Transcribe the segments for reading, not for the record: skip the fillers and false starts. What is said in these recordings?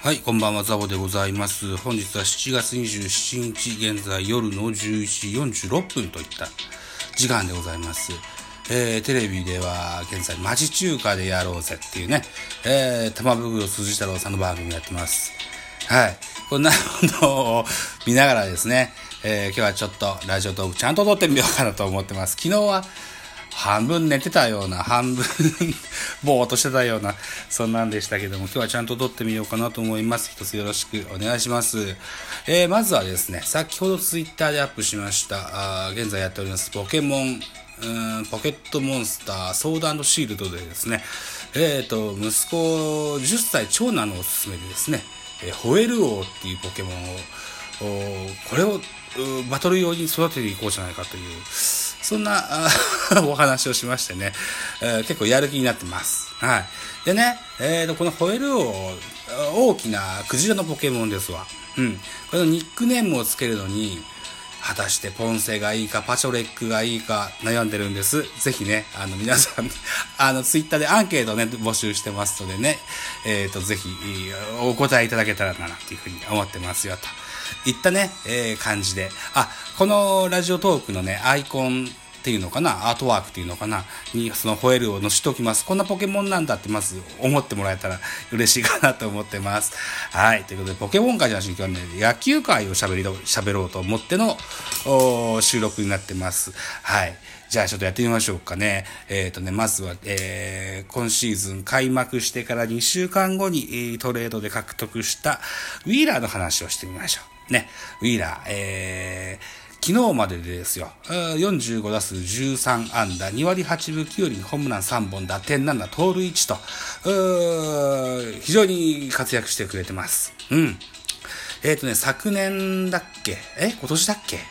はい、こんばんは、ザボでございます。本日は7月27日、現在夜の11時46分といった時間でございます。テレビでは現在、町中華でやろうぜっていうね、玉袋筋太郎さんの番組やってます。はい、こんなのを見ながらですね、今日はちょっとラジオトークちゃんと撮ってみようかなと思ってます。昨日は半分寝てたような、半分ぼーっとしてたような、そんなんでしたけども、今日はちゃんと撮ってみようかなと思います。一つよろしくお願いします。まずはですね、先ほどツイッターでアップしました、現在やっておりますポケモン、ポケットモンスターソード&シールドでですね、息子10歳長男のおすすめでですね、ホエルオーっていうポケモンを、これをバトル用に育てていこうじゃないかという、そんなお話をしましてね、結構やる気になってます。はい。でね、このホエルオー、大きなクジラのポケモンですわ。このニックネームをつけるのに、果たしてポンセがいいかパチョレックがいいか悩んでるんです。ぜひね、皆さん、ツイッターでアンケートをね、募集してますのでね、ぜひ、お答えいただけたらな、というふうに思ってますよ、といったね、感じで。このラジオトークのね、アイコンっていうのかな、アートワークっていうのかな、にそのホエルを載せておきます。こんなポケモンなんだってまず思ってもらえたら嬉しいかなと思ってます。はい。ということで、ポケモン界じゃなしに今日はね、野球界を喋ろうと思っての収録になってます。はい。じゃあちょっとやってみましょうかね。まずは、今シーズン開幕してから2週間後に、トレードで獲得したウィーラーの話をしてみましょう。ね。ウィーラー、昨日まででですよ、45打数13安打、2割8分9厘、ホームラン3本、打点7、盗塁1と、非常に活躍してくれてます。昨年だっけ？今年だっけ？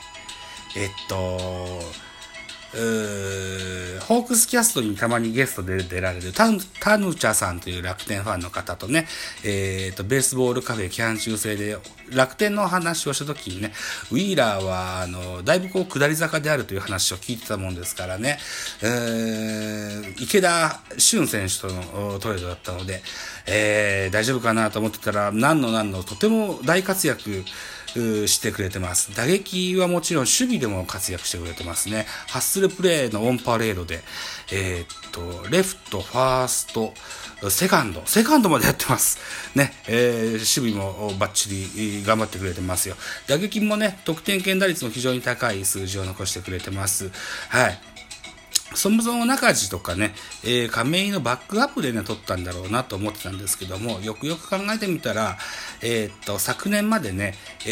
ホークスキャストにたまにゲストで出られるタヌチャさんという楽天ファンの方とね、ベースボールカフェ期間中制で楽天の話をした時にね、ウィーラーはだいぶこう下り坂であるという話を聞いてたもんですからね、池田俊選手とのトレードだったので、大丈夫かなと思ってたら、なんのとても大活躍してくれてます。打撃はもちろん守備でも活躍してくれてますね。ハッスルプレーのオンパレードで、レフト、ファースト、セカンドまでやってます。ね、守備もバッチリ頑張ってくれてますよ。打撃もね、得点圏打率も非常に高い数字を残してくれてます。はい。そもそも中地とかね、亀井のバックアップでね、取ったんだろうなと思ってたんですけども、よくよく考えてみたら、昨年までね、フ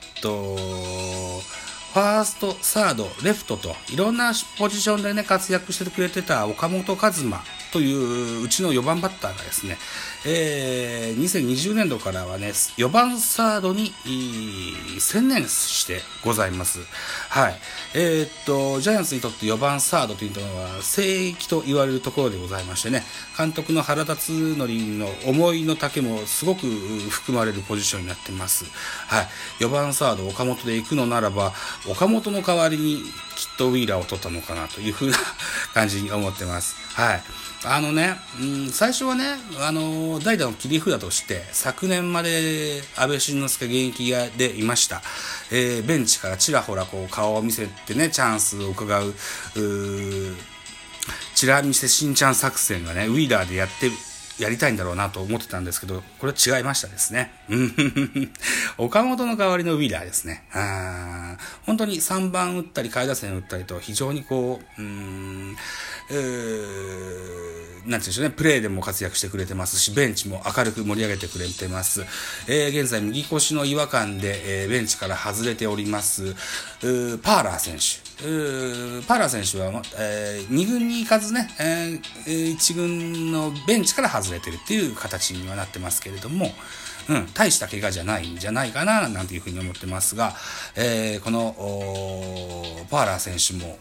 ァースト、サード、レフトと、いろんなポジションでね、活躍してくれてた岡本和真といううちの4番バッターがですね、2020年度からはね、4番サードに専念してございます。はい。ジャイアンツにとって4番サードというのは聖域と言われるところでございましてね、監督の原辰徳の思いの丈もすごく含まれるポジションになっています。はい。4番サード岡本で行くのならば、岡本の代わりにきっとウィーラーを取ったのかなというふうな感じに思ってます。はい。最初はね、代打の切り札として、昨年まで安倍晋之助現役でいました。ベンチからちらほらこう顔を見せてね、チャンスを伺う、ちら見せ新チャン作戦がね、ウィーラーでやりたいんだろうなと思ってたんですけど、これは違いましたですね。岡本の代わりのウィーラーですね。本当に3番打ったり下位打線打ったりと非常にこう、なんていうんでしょうね、プレーでも活躍してくれてますし、ベンチも明るく盛り上げてくれてます。現在右腰の違和感で、ベンチから外れておりますパーラー選手。パーラー選手は、2軍に行かずね、1軍のベンチから外れてるっていう形にはなってますけれども、大した怪我じゃないんじゃないかななんていうふうに思ってますが、このパーラー選手も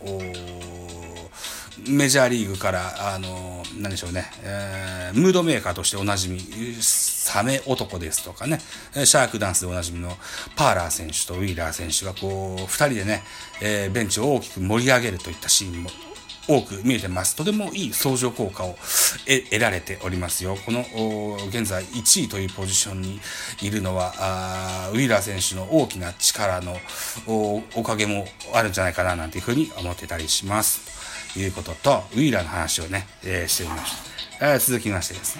メジャーリーグから何でしょうね、ムードメーカーとしておなじみサメ男ですとかね、シャークダンスでおなじみのパーラー選手とウィーラー選手がこう2人でね、ベンチを大きく盛り上げるといったシーンも多く見えてます。とてもいい相乗効果を得られておりますよ。この現在1位というポジションにいるのはウィーラー選手の大きな力のおかげもあるんじゃないかななんていうふうに思ってたりします。ということと、ウィーラーの話をね、してみました。続きましてですね、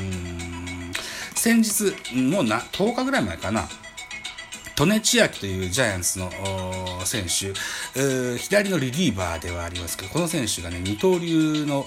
先日もう10日ぐらい前かな、利根千秋というジャイアンツの選手、左のリリーバーではありますけど、この選手がね、二刀流の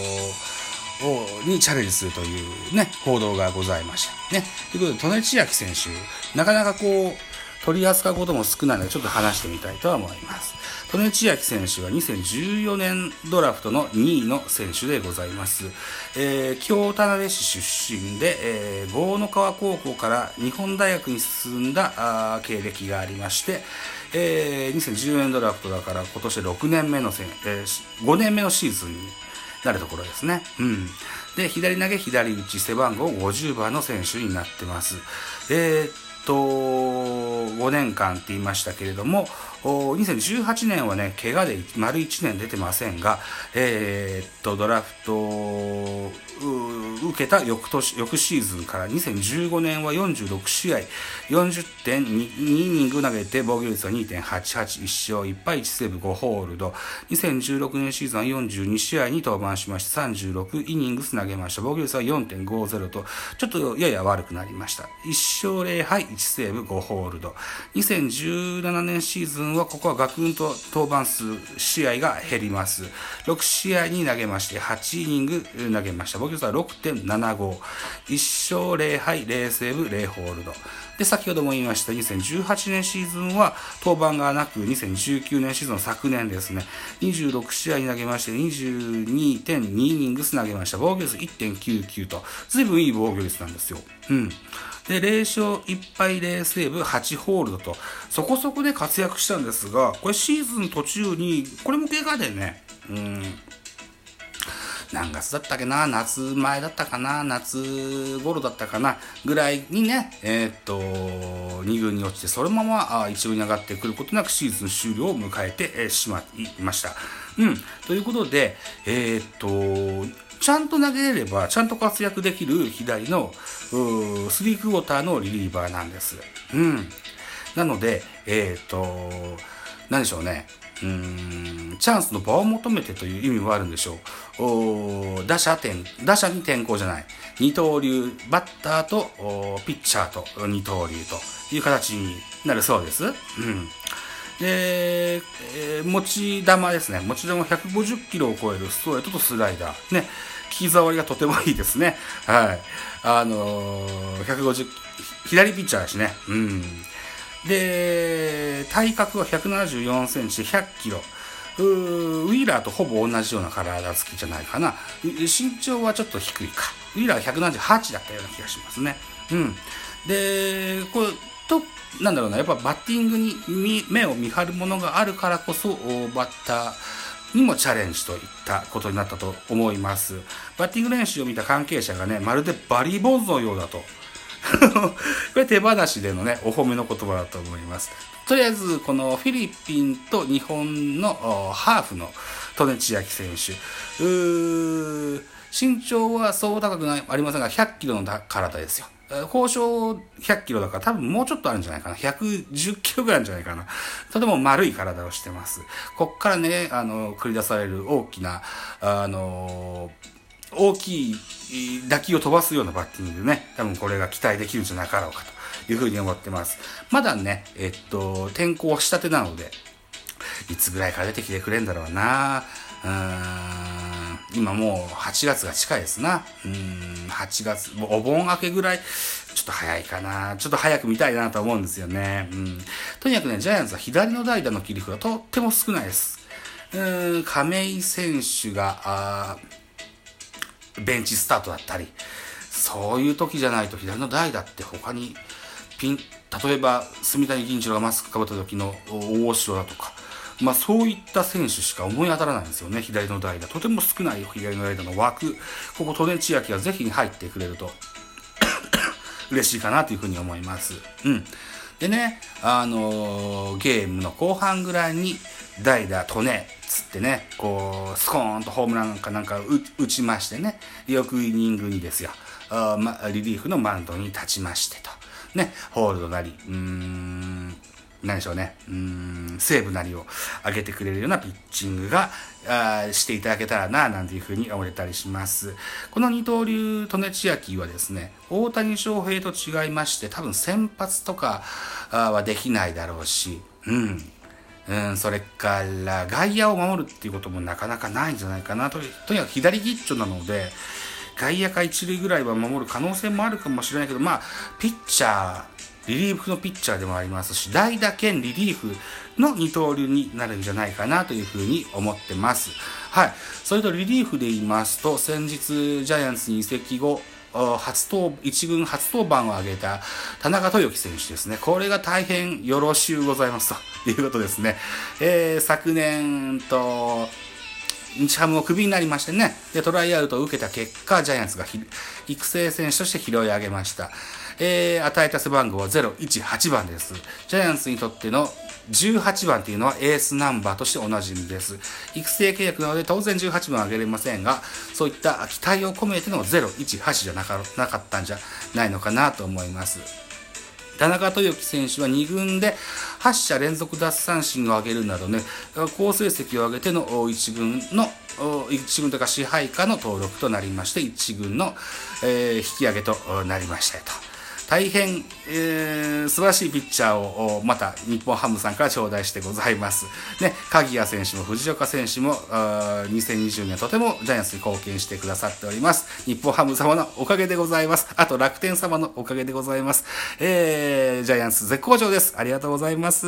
にチャレンジするというね、報道がございました。ね。ということで、利根千秋選手、なかなか取り扱うことも少ないので、ちょっと話してみたいとは思います。利根千秋選手は2014年ドラフトの2位の選手でございます。京田辺市出身で、郷野川高校から日本大学に進んだ経歴がありまして、2014年ドラフトだから今年5年目のシーズンになるところですね。で、左投げ左打ち背番号50番の選手になってます。5年間って言いましたけれども、2018年はね、怪我で丸1年出てませんが、ドラフトを受けた翌シーズンから2015年は46試合、40.2 イニング投げて防御率は 2.88、1勝1敗1セーブ5ホールド。2016年シーズンは42試合に登板しまして、36イニングス投げました。防御率は 4.50 と、ちょっとやや悪くなりました。1勝0敗1セーブ5ホールド。2017年シーズンはここはガクンと登板数試合が減ります。6試合に投げまして8イニング投げました。防御率は 6.75。1勝0敗0セーブ0ホールド。で、先ほども言いました2018年シーズンは登板がなく、2019年シーズンの昨年ですね、26試合に投げまして 22.2 イニングス投げました。防御率 1.99 と、随分いい防御率なんですよ。で、0勝1敗0セーブ8ホールドと、そこそこで活躍したんですが、これシーズン途中に、これも怪我でね、何月だったっけな、夏前だったかな、夏頃だったかな、ぐらいにね、2軍に落ちて、そのまま1軍に上がってくることなくシーズン終了を迎えてしまいました。ということで、ちゃんと投げれれば、ちゃんと活躍できる左の3クォーターのリリーバーなんです。なので、何でしょうね。チャンスの場を求めてという意味もあるんでしょう。打者に転向じゃない。二刀流、バッターとピッチャーと二刀流という形になるそうです。で、持ち球ですね。持ち球150キロを超えるストレートとスライダー。ね。利き触りがとてもいいですね。はい。150、左ピッチャーだしね。で、体格は174センチ、100キロ。ウィーラーとほぼ同じような体つきじゃないかな。身長はちょっと低いか。ウィーラーは178だったような気がしますね。で、これ、なんだろうな、やっぱバッティングに目を見張るものがあるからこそ、バッターにもチャレンジといったことになったと思います。バッティング練習を見た関係者がね、まるでバリー・ボンズのようだと。これ手放しでのね、お褒めの言葉だと思います。とりあえず、このフィリピンと日本のハーフの利根千秋選手。身長はそう高くありませんが、100キロの体ですよ。交渉100キロだから多分もうちょっとあるんじゃないかな。110キロぐらいあるんじゃないかな。とても丸い体をしてます。こっからね、繰り出される大きな、大きい打球を飛ばすようなバッティングでね、多分これが期待できるんじゃなかろうかというふうに思ってます。まだね、転校したてなので、いつぐらいから出てきてくれるんだろうな。今もう8月が近いですな。8月、もうお盆明けぐらい、ちょっと早いかな。ちょっと早く見たいなと思うんですよね。とにかくね、ジャイアンツは左の代打の切り札がとっても少ないです。亀井選手が、ベンチスタートだったり、そういう時じゃないと左の代打って他に例えば住谷銀次郎がマスクかぶった時の大城だとか、そういった選手しか思い当たらないんですよね。左の代打とても少ない左の代打の枠、ここ利根千秋がぜひ入ってくれると嬉しいかなというふうに思います。でね、ゲームの後半ぐらいに代打利根つってね、こうスコーンとホームランかなんか打ちましてね、翌イニングにですよ、リリーフのマウンドに立ちましてとね、ホールドなり何でしょうね、セーブなりを上げてくれるようなピッチングがしていただけたらななんていうふうに思えたりします。この二刀流戸根千秋はですね、大谷翔平と違いまして、多分先発とかはできないだろうし、それから外野を守るっていうこともなかなかないんじゃないかなと。とにかく左ギッチョなので、外野か一塁ぐらいは守る可能性もあるかもしれないけど、ピッチャー、リリーフのピッチャーでもありますし、代打兼リリーフの二刀流になるんじゃないかなというふうに思ってます。はい。それとリリーフで言いますと、先日ジャイアンツに移籍後、一軍初登板を挙げた田中豊樹選手ですね。これが大変よろしゅうございますということですね。昨年日ハムをクビになりましてね、でトライアウトを受けた結果、ジャイアンツが育成選手として拾い上げました。与えた背番号は018番です。ジャイアンツにとっての18番というのはエースナンバーとしておなじみです。育成契約なので当然18番はあげれませんが、そういった期待を込めての018じゃなかったんじゃないのかなと思います。田中豊樹選手は2軍で8者連続奪三振を挙げるなどね、好成績を挙げての1軍というか支配下の登録となりまして、1軍の、引き上げとなりましたと。大変、素晴らしいピッチャーをまた日本ハムさんから頂戴してございます。ね、鍵谷選手も藤岡選手も2020年とてもジャイアンツに貢献してくださっております。日本ハム様のおかげでございます。あと楽天様のおかげでございます。ジャイアンツ絶好調です。ありがとうございます。